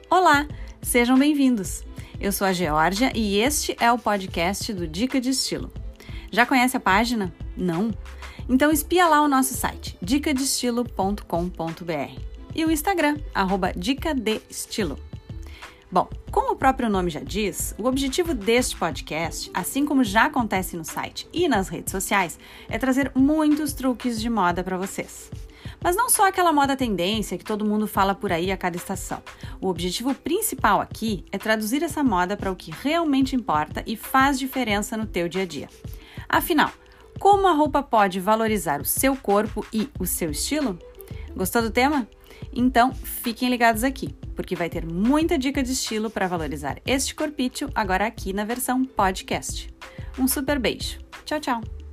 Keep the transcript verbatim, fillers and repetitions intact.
Olá, sejam bem-vindos! Eu sou a Geórgia e este é o podcast do Dica de Estilo. Já conhece a página? Não? Então espia lá o nosso site, dica de estilo ponto com ponto b r e o Instagram, arroba dica de estilo. Bom, como o próprio nome já diz, o objetivo deste podcast, assim como já acontece no site e nas redes sociais, é trazer muitos truques de moda para vocês. Mas não só aquela moda tendência que todo mundo fala por aí a cada estação. O objetivo principal aqui é traduzir essa moda para o que realmente importa e faz diferença no teu dia a dia. Afinal, como a roupa pode valorizar o seu corpo e o seu estilo? Gostou do tema? Então, fiquem ligados aqui, porque vai ter muita dica de estilo para valorizar este corpício agora aqui na versão podcast. Um super beijo. Tchau, tchau!